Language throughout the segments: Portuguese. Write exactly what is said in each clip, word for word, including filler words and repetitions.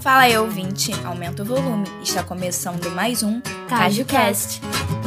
Fala aí, ouvinte, aumenta o volume. Está começando mais um CajuCast.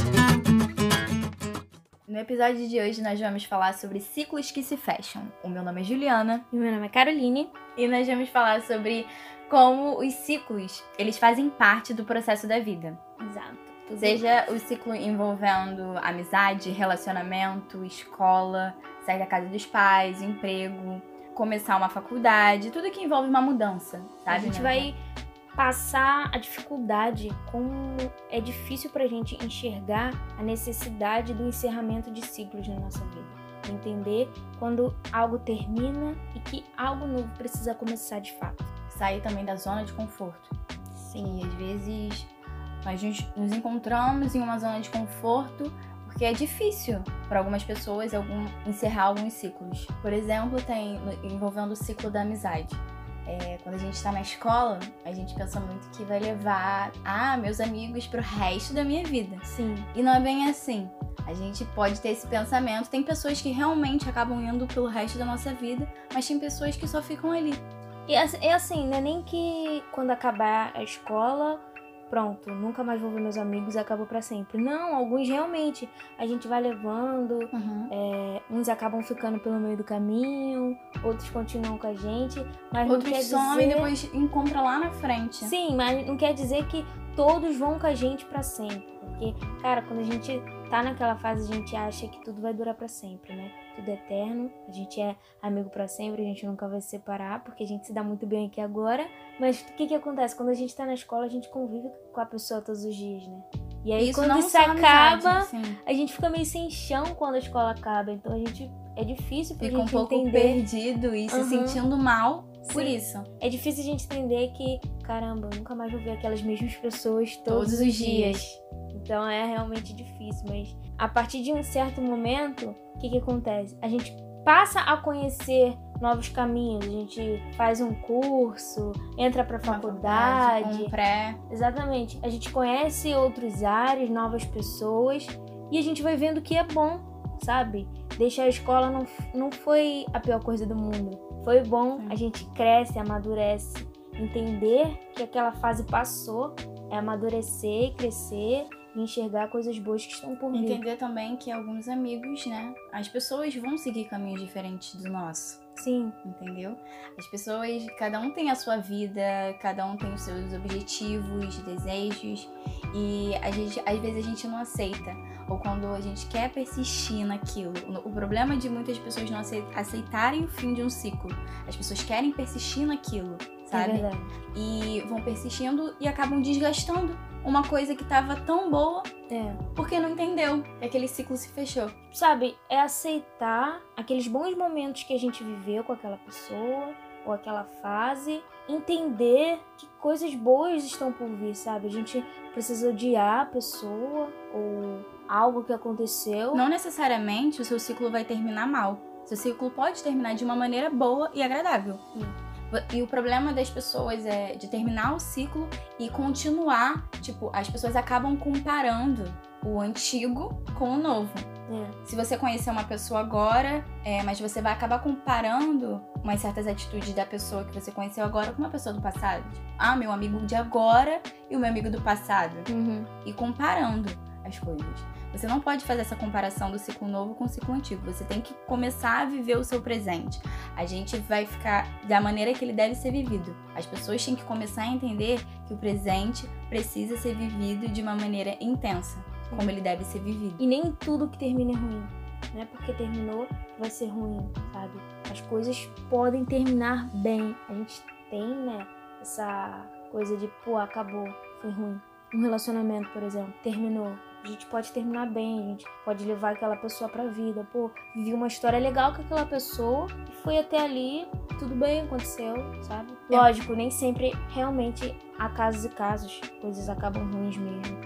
No episódio de hoje nós vamos falar sobre ciclos que se fecham. O meu nome é Juliana. E o meu nome é Caroline. E nós vamos falar sobre como os ciclos, eles fazem parte do processo da vida. Exato. Seja o ciclo envolvendo amizade, relacionamento, escola, sair da casa dos pais, emprego, começar uma faculdade, tudo que envolve uma mudança, sabe? A gente né? vai passar a dificuldade, como é difícil pra gente enxergar a necessidade do encerramento de ciclos na nossa vida. Entender quando algo termina e que algo novo precisa começar de fato. Sair também da zona de conforto. Sim. E às vezes nós nos encontramos em uma zona de conforto porque é difícil para algumas pessoas algum, encerrar alguns ciclos. Por exemplo, tem envolvendo o ciclo da amizade. É, quando a gente está na escola, a gente pensa muito que vai levar ah, meus amigos pro resto da minha vida. Sim. E não é bem assim. A gente pode ter esse pensamento. Tem pessoas que realmente acabam indo pelo resto da nossa vida, mas tem pessoas que só ficam ali. E é assim, não é nem que quando acabar a escola, pronto, nunca mais vou ver meus amigos e acabou pra sempre. Não, alguns realmente a gente vai levando, Uhum. é, uns acabam ficando pelo meio do caminho, outros continuam com a gente, mas Outros não quer somem dizer... e depois encontra lá na frente. Sim, mas não quer dizer que todos vão com a gente pra sempre. Porque, cara, quando a gente tá naquela fase, a gente acha que tudo vai durar pra sempre, né? Tudo é eterno, a gente é amigo pra sempre, a gente nunca vai se separar, porque a gente se dá muito bem aqui agora. Mas o que que acontece? Quando a gente tá na escola, a gente convive com a pessoa todos os dias, né? E aí, isso quando não isso só acaba, amizade, sim. a gente fica meio sem chão quando a escola acaba. Então, a gente... É difícil pra Fica gente um pouco entender... perdido e Uhum. se sentindo mal por Sim. isso. É difícil a gente entender que, caramba, eu nunca mais vou ver aquelas mesmas pessoas todos, Todos os os dias. dias. Então é realmente difícil, mas a partir de um certo momento, o que que acontece? A gente passa a conhecer novos caminhos, a gente faz um curso, entra pra faculdade. Um pré. Exatamente. A gente conhece outros ares, novas pessoas, e a gente vai vendo que é bom, sabe? Deixar a escola não, não foi a pior coisa do mundo. Foi bom, Sim. a gente cresce, amadurece. Entender que aquela fase passou é amadurecer, crescer e enxergar coisas boas que estão por vir. Entender também que alguns amigos, né? As pessoas vão seguir caminhos diferentes do nosso. Sim. Entendeu? As pessoas, cada um tem a sua vida, cada um tem os seus objetivos, desejos. E a gente, às vezes a gente não aceita. Ou quando a gente quer persistir naquilo. O problema de muitas pessoas não aceitarem o fim de um ciclo. As pessoas querem persistir naquilo, sabe? É verdade. E vão persistindo e acabam desgastando uma coisa que tava tão boa É. porque não entendeu que aquele ciclo se fechou. Sabe, é aceitar aqueles bons momentos que a gente viveu com aquela pessoa ou aquela fase, entender que coisas boas estão por vir, sabe? A gente precisa odiar a pessoa ou algo que aconteceu. Não necessariamente o seu ciclo vai terminar mal. Seu ciclo pode terminar de uma maneira boa e agradável. Sim. E o problema das pessoas é de terminar o ciclo e continuar. Tipo, as pessoas acabam comparando o antigo com o novo. É. Se você conhecer uma pessoa agora, é, mas você vai acabar comparando umas certas atitudes da pessoa que você conheceu agora com uma pessoa do passado. Tipo, ah, meu amigo de agora e o meu amigo do passado. Uhum. E comparando as coisas. Você não pode fazer essa comparação do ciclo novo com o ciclo antigo. Você tem que começar a viver o seu presente. A gente vai ficar da maneira que ele deve ser vivido. As pessoas têm que começar a entender que o presente precisa ser vivido de uma maneira intensa, como ele deve ser vivido. E nem tudo que termina é ruim. Não é porque terminou que vai ser ruim, sabe? As coisas podem terminar bem. A gente tem, né, essa coisa de, pô, acabou, foi ruim. Um relacionamento, por exemplo, terminou. A gente pode terminar bem, a gente pode levar aquela pessoa pra vida. Pô, vivi uma história legal com aquela pessoa e foi até ali, tudo bem, aconteceu, sabe? É. Lógico, nem sempre realmente há casos e casos, coisas acabam ruins mesmo.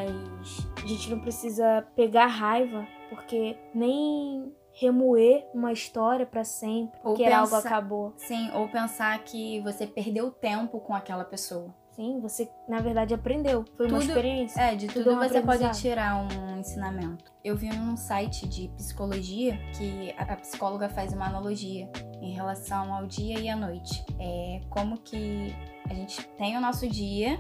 Mas a gente não precisa pegar raiva, porque nem remoer uma história pra sempre, porque Ou algo pensar- acabou. Sim, ou pensar que você perdeu tempo com aquela pessoa. Sim, você, na verdade, aprendeu. Foi uma Tudo- experiência. É, de Tudo tudo é um você pode aprendizado. tirar um ensinamento. Eu vi num site de psicologia que a a psicóloga faz uma analogia em relação ao dia e à noite. É como que A gente tem o nosso dia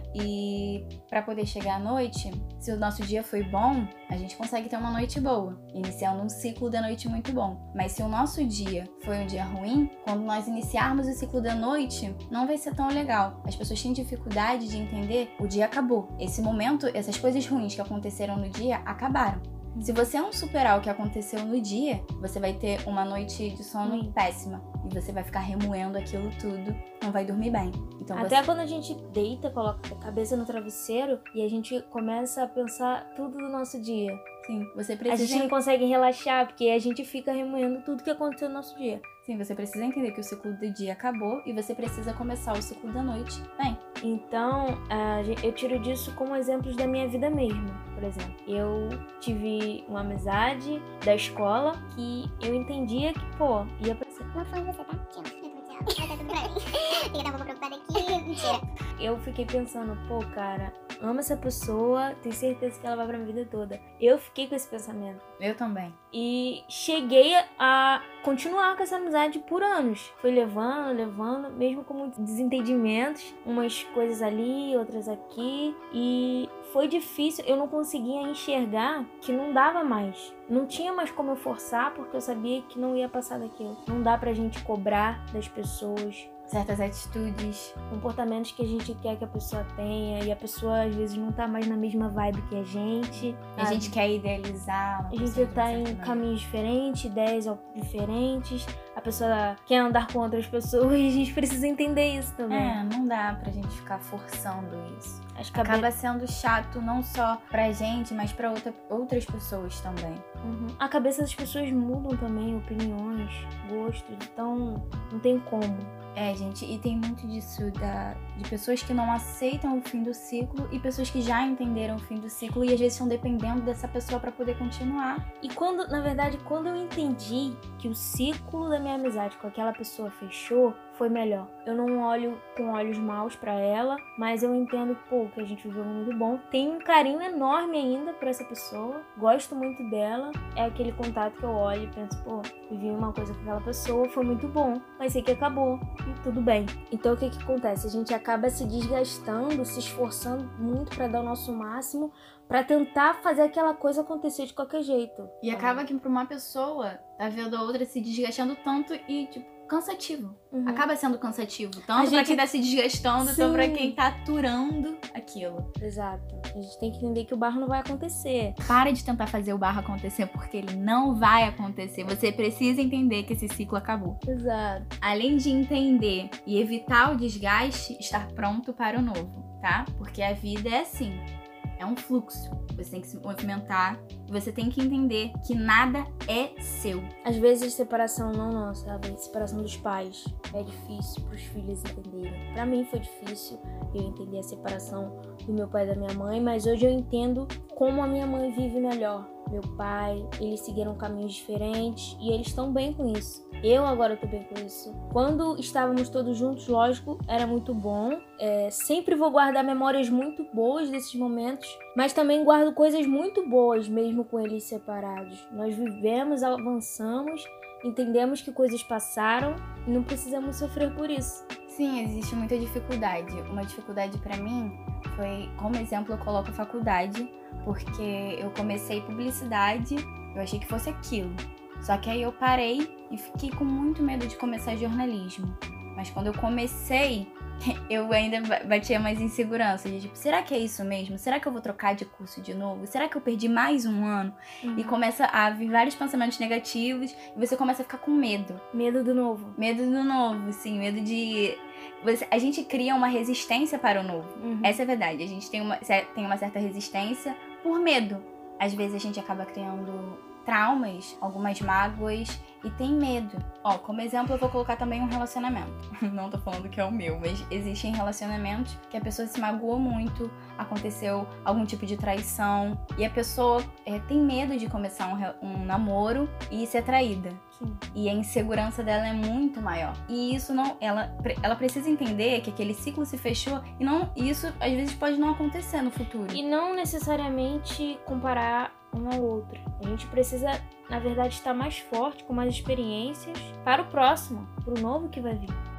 e para poder chegar à noite, se o nosso dia foi bom, a gente consegue ter uma noite boa, iniciando um ciclo da noite muito bom. Mas se o nosso dia foi um dia ruim, quando nós iniciarmos o ciclo da noite, não vai ser tão legal. As pessoas têm dificuldade de entender, o dia acabou. Esse momento, essas coisas ruins que aconteceram no dia, acabaram. Se você não superar o que aconteceu no dia, você vai ter uma noite de sono Sim. péssima. E você vai ficar remoendo aquilo tudo, não vai dormir bem. Então Até você... quando a gente deita, coloca a cabeça no travesseiro e a gente começa a pensar tudo do nosso dia. Sim, você A precisa... gente não consegue relaxar, porque a gente fica remoendo tudo que aconteceu no nosso dia. Sim, você precisa entender que o ciclo do dia acabou e você precisa começar o ciclo da noite bem. Então, a gen- eu tiro disso como exemplos da minha vida mesmo. Por exemplo, eu tive uma amizade da escola que eu entendia que, pô, ia pra ser. Não foi você, tá? Tio, vai tá tudo pra mim. Fica um pouco preocupada aqui. Mentira. Eu fiquei pensando, pô, cara, amo essa pessoa, tenho certeza que ela vai pra minha vida toda. Eu fiquei com esse pensamento. Eu também. E cheguei a continuar com essa amizade por anos. Fui levando, levando, mesmo com muitos desentendimentos. Umas coisas ali, outras aqui. E foi difícil, eu não conseguia enxergar que não dava mais. Não tinha mais como eu forçar, porque eu sabia que não ia passar daquilo. Não dá pra gente cobrar das pessoas Certas atitudes. comportamentos que a gente quer que a pessoa tenha, e a pessoa às vezes não tá mais na mesma vibe que a gente. A gente quer idealizar. uma A gente pessoa de tá uma em certa maneira. caminhos diferentes, ideias diferentes, a pessoa quer andar com outras pessoas e a gente precisa entender isso também. É, não dá pra gente ficar forçando isso. Acho que Acaba sendo chato não só pra gente, mas pra outra, outras pessoas também. Uhum. A cabeça das pessoas mudam também, opiniões, gostos, então não tem como. É, gente, e tem muito disso da, de pessoas que não aceitam o fim do ciclo e pessoas que já entenderam o fim do ciclo e às vezes estão dependendo dessa pessoa pra poder continuar. E quando, na verdade, quando eu entendi que o ciclo da minha amizade com aquela pessoa fechou, foi melhor. Eu não olho com olhos maus pra ela, mas eu entendo, pô, que a gente viveu muito bom. Tenho um carinho enorme ainda por essa pessoa, gosto muito dela. É aquele contato que eu olho e penso, pô, vivi uma coisa com aquela pessoa, foi muito bom, mas sei que acabou e tudo bem. Então o que que acontece? A gente acaba se desgastando, se esforçando muito pra dar o nosso máximo, pra tentar fazer aquela coisa acontecer de qualquer jeito. E acaba que pra uma pessoa tá vendo a outra se desgastando tanto e, tipo, cansativo. Uhum. Acaba sendo cansativo. A Tanto pra gente- quem tá se desgastando, Sim. tanto pra quem tá aturando aquilo. Exato. A gente tem que entender que o barro não vai acontecer. Para de tentar fazer o barro acontecer, porque ele não vai acontecer. Você precisa entender que esse ciclo acabou. Exato. Além de entender e evitar o desgaste, estar pronto para o novo, tá? Porque a vida é assim, é um fluxo. Você tem que se movimentar e você tem que entender que nada é seu. Às vezes separação não nossa, sabe? Separação dos pais é difícil para os filhos entenderem. Pra mim foi difícil eu entender a separação do meu pai e da minha mãe, mas hoje eu entendo como a minha mãe vive melhor. Meu pai, eles seguiram caminhos diferentes e eles estão bem com isso. Eu agora tô bem com isso. Quando estávamos todos juntos, lógico, era muito bom. É, sempre vou guardar memórias muito boas desses momentos, mas também guardo coisas muito boas mesmo com eles separados. Nós vivemos, avançamos, entendemos que coisas passaram e não precisamos sofrer por isso. Sim, existe muita dificuldade. Uma dificuldade pra mim foi, como exemplo, eu coloco a faculdade, porque eu comecei publicidade, eu achei que fosse aquilo. Só que aí eu parei e fiquei com muito medo de começar jornalismo. Mas quando eu comecei, eu ainda batia mais insegurança. De, tipo, será que é isso mesmo? Será que eu vou trocar de curso de novo? Será que eu perdi mais um ano? Uhum. E começa a vir vários pensamentos negativos e você começa a ficar com medo. Medo do novo. Medo do novo, sim. Medo de... Você, a gente cria uma resistência para o novo. Uhum. Essa é a verdade. A gente tem uma, tem uma certa resistência por medo. Às vezes a gente acaba criando traumas, algumas mágoas e tem medo. Ó, como exemplo eu vou colocar também um relacionamento. Não tô falando que é o meu, mas existem relacionamentos que a pessoa se magoou muito, aconteceu algum tipo de traição e a pessoa é, tem medo de começar um, re- um namoro e ser traída. Sim. E a insegurança dela é muito maior. E isso não... Ela, ela precisa entender que aquele ciclo se fechou e não, isso às vezes pode não acontecer no futuro. E não necessariamente comparar um ao outro. A gente precisa, na verdade, estar mais forte, com mais experiências para o próximo, para o novo que vai vir.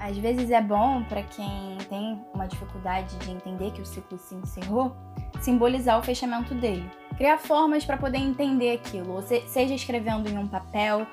Às vezes é bom para quem tem uma dificuldade de entender que o ciclo se encerrou, simbolizar o fechamento dele. Criar formas para poder entender aquilo, ou se, seja escrevendo em um papel,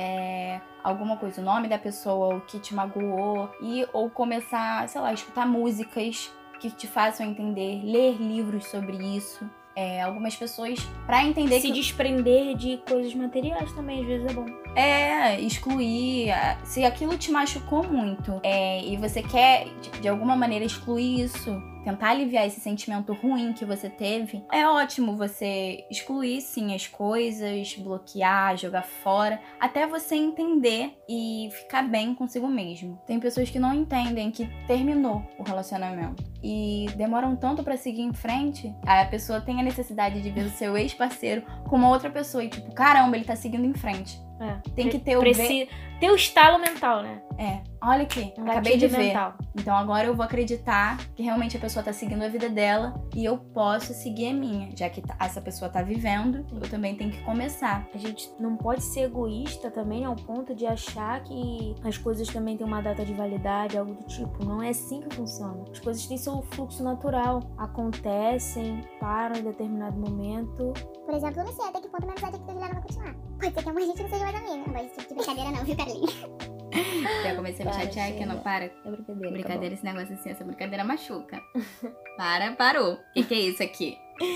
é, alguma coisa, o nome da pessoa, o que te magoou, e, ou começar, sei lá, a escutar músicas que te façam entender, ler livros sobre isso. É, algumas pessoas, pra entender Se que... desprender de coisas materiais também, às vezes é bom. É, excluir. Se aquilo te machucou muito é, e você quer, de, de alguma maneira, excluir isso, tentar aliviar esse sentimento ruim que você teve, é ótimo você excluir, sim, as coisas, bloquear, jogar fora, até você entender e ficar bem consigo mesmo. Tem pessoas que não entendem que terminou o relacionamento e demoram tanto pra seguir em frente, a pessoa tem a necessidade de ver o seu ex-parceiro com uma outra pessoa e tipo, caramba, ele tá seguindo em frente. É. Tem que ter o Preci... ver... ter o estalo mental, né? É, olha aqui, Um acabei de gatilho ver. mental. Então agora eu vou acreditar que realmente a pessoa tá seguindo a vida dela e eu posso seguir a minha. Já que essa pessoa tá vivendo, eu também tenho que começar. A gente não pode ser egoísta também ao ponto de achar que as coisas também têm uma data de validade, algo do tipo. Não é assim que funciona. As coisas têm seu fluxo natural. Acontecem, param em determinado momento. Por exemplo, eu não sei até que ponto minha amizade aqui com a Juliana vai continuar. Pode ser que a gente não seja mais amiga. Não gosto desse tipo de brincadeira não, viu, Carlinhos? Já comecei a me Para, chatear que chega. não para. É brincadeira. Brincadeira, esse negócio assim, essa brincadeira machuca. Para, parou. O que, que é isso aqui?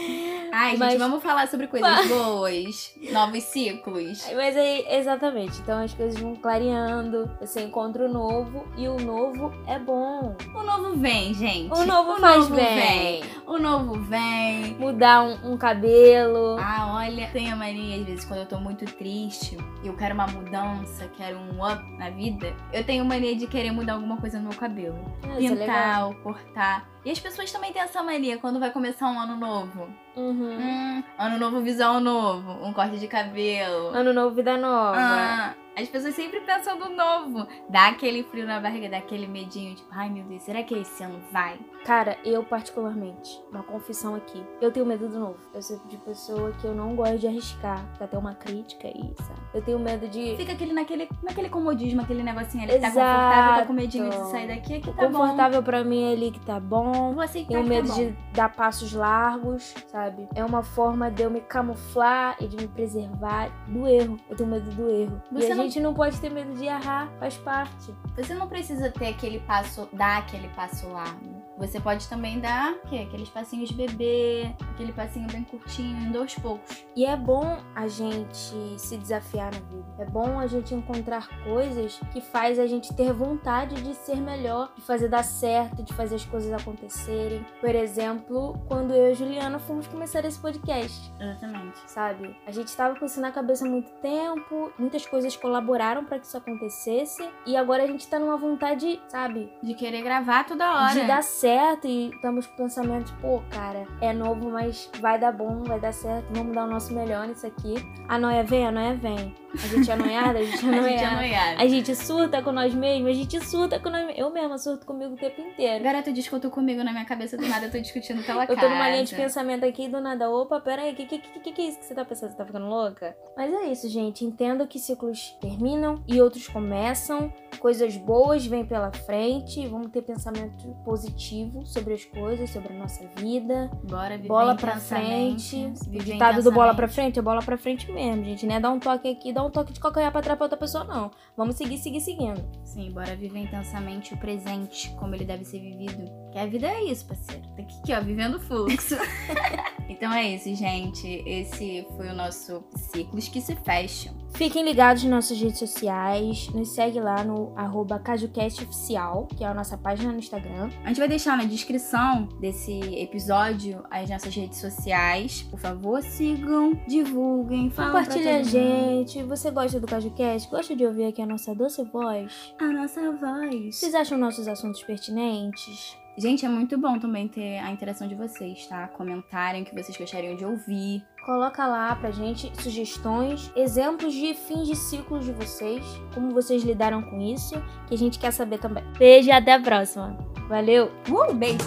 Ai, gente, Mas- vamos falar sobre coisas boas, novos ciclos. Mas é exatamente. Então as coisas vão clareando, você encontra o novo e o novo é bom. O novo vem, gente. O novo o faz novo bem. vem. O novo vem. Mudar um, um cabelo. Ah, olha, tenho a mania, às vezes, quando eu tô muito triste e eu quero uma mudança, quero um up na vida, eu tenho mania de querer mudar alguma coisa no meu cabelo. Ah, isso é legal. Pintar, ou cortar. E as pessoas também têm essa mania quando vai começar um ano novo. Uhum. Hum, ano novo, visual novo, um corte de cabelo. Ano novo, vida nova. Ah, as pessoas sempre pensam no novo. Dá aquele frio na barriga, dá aquele medinho, tipo, ai meu Deus, será que esse ano vai? Cara, eu particularmente, uma confissão aqui, eu tenho medo do novo. Eu sou de pessoa que eu não gosto de arriscar, pra ter uma crítica aí, sabe? Eu tenho medo de... Fica aquele naquele, naquele comodismo, aquele negocinho ali que tá Exato. confortável, tá com medinho de sair daqui, que tá Confortável pra mim ali que tá bom. bom. Vou aceitar Tenho que medo tá bom. de dar passos largos, sabe? É uma forma de eu me camuflar e de me preservar do erro. Eu tenho medo do erro. Você e a não- gente não pode ter medo de errar, faz parte. Você não precisa ter aquele passo, dar aquele passo largo. Você pode também dar, o quê? Aqueles passinhos de bebê, aquele passinho bem curtinho, indo aos poucos. E é bom a gente se desafiar na vida. É bom a gente encontrar coisas que faz a gente ter vontade de ser melhor, de fazer dar certo, de fazer as coisas acontecerem. Por exemplo, quando eu e a Juliana fomos começar esse podcast, Exatamente. sabe? A gente tava com isso na cabeça há muito tempo, muitas coisas colaboraram pra que isso acontecesse e agora a gente tá numa vontade, sabe? De querer gravar toda hora. De dar certo e estamos com pensamentos, pô, cara, é novo, mas vai dar bom, vai dar certo, vamos dar o nosso melhor nisso aqui. A noia vem, a noia vem. A gente é noiada, a gente é A gente é noiada. noiada. A gente surta com nós mesmos, a gente surta com nós mesmos. Eu mesma surto comigo o tempo inteiro. Garota discutiu comigo na minha cabeça, do nada eu tô discutindo pela Eu casa. tô numa linha de pensamento aqui e do nada, opa, peraí, o que, que, que, que é isso que você tá pensando? Você tá ficando louca? Mas é isso, gente. Entendo que ciclos terminam e outros começam. Coisas boas vêm pela frente. Vamos ter pensamento positivo sobre as coisas, sobre a nossa vida. Bora viver Bola pra intensamente, frente. O viver ditado do bola pra intensamente. frente é bola pra frente mesmo, gente. Não é dar um toque aqui, dar um toque de calcanhar pra trás pra outra pessoa, não. Vamos seguir, seguir, seguindo. Sim, bora viver intensamente o presente, como ele deve ser vivido. Que a vida é isso, parceiro. Tá aqui, aqui ó, vivendo o fluxo. Então é isso, gente. Esse foi o nosso Ciclos que se Fecham. Fiquem ligados nas nossas redes sociais. Nos segue lá no arroba CajuCastOficial, que é a nossa página no Instagram. A gente vai deixar na descrição desse episódio as nossas redes sociais. Por favor, sigam, divulguem, falem pra Compartilha a todo mundo. gente. Você gosta do CajuCast? Gosta de ouvir aqui a nossa doce voz? A nossa voz. Vocês acham nossos assuntos pertinentes? Gente, é muito bom também ter a interação de vocês, tá? Comentarem o que vocês gostariam de ouvir. Coloca lá pra gente sugestões, exemplos de fins de ciclos de vocês, como vocês lidaram com isso, que a gente quer saber também. Beijo e até a próxima. Valeu! Uh, beijo!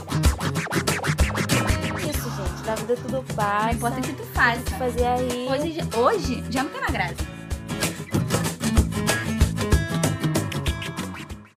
Isso, gente. Da vida tudo passa. Não importa o que tu Tem que faça. fazer aí. Hoje, hoje já não tem mais graça.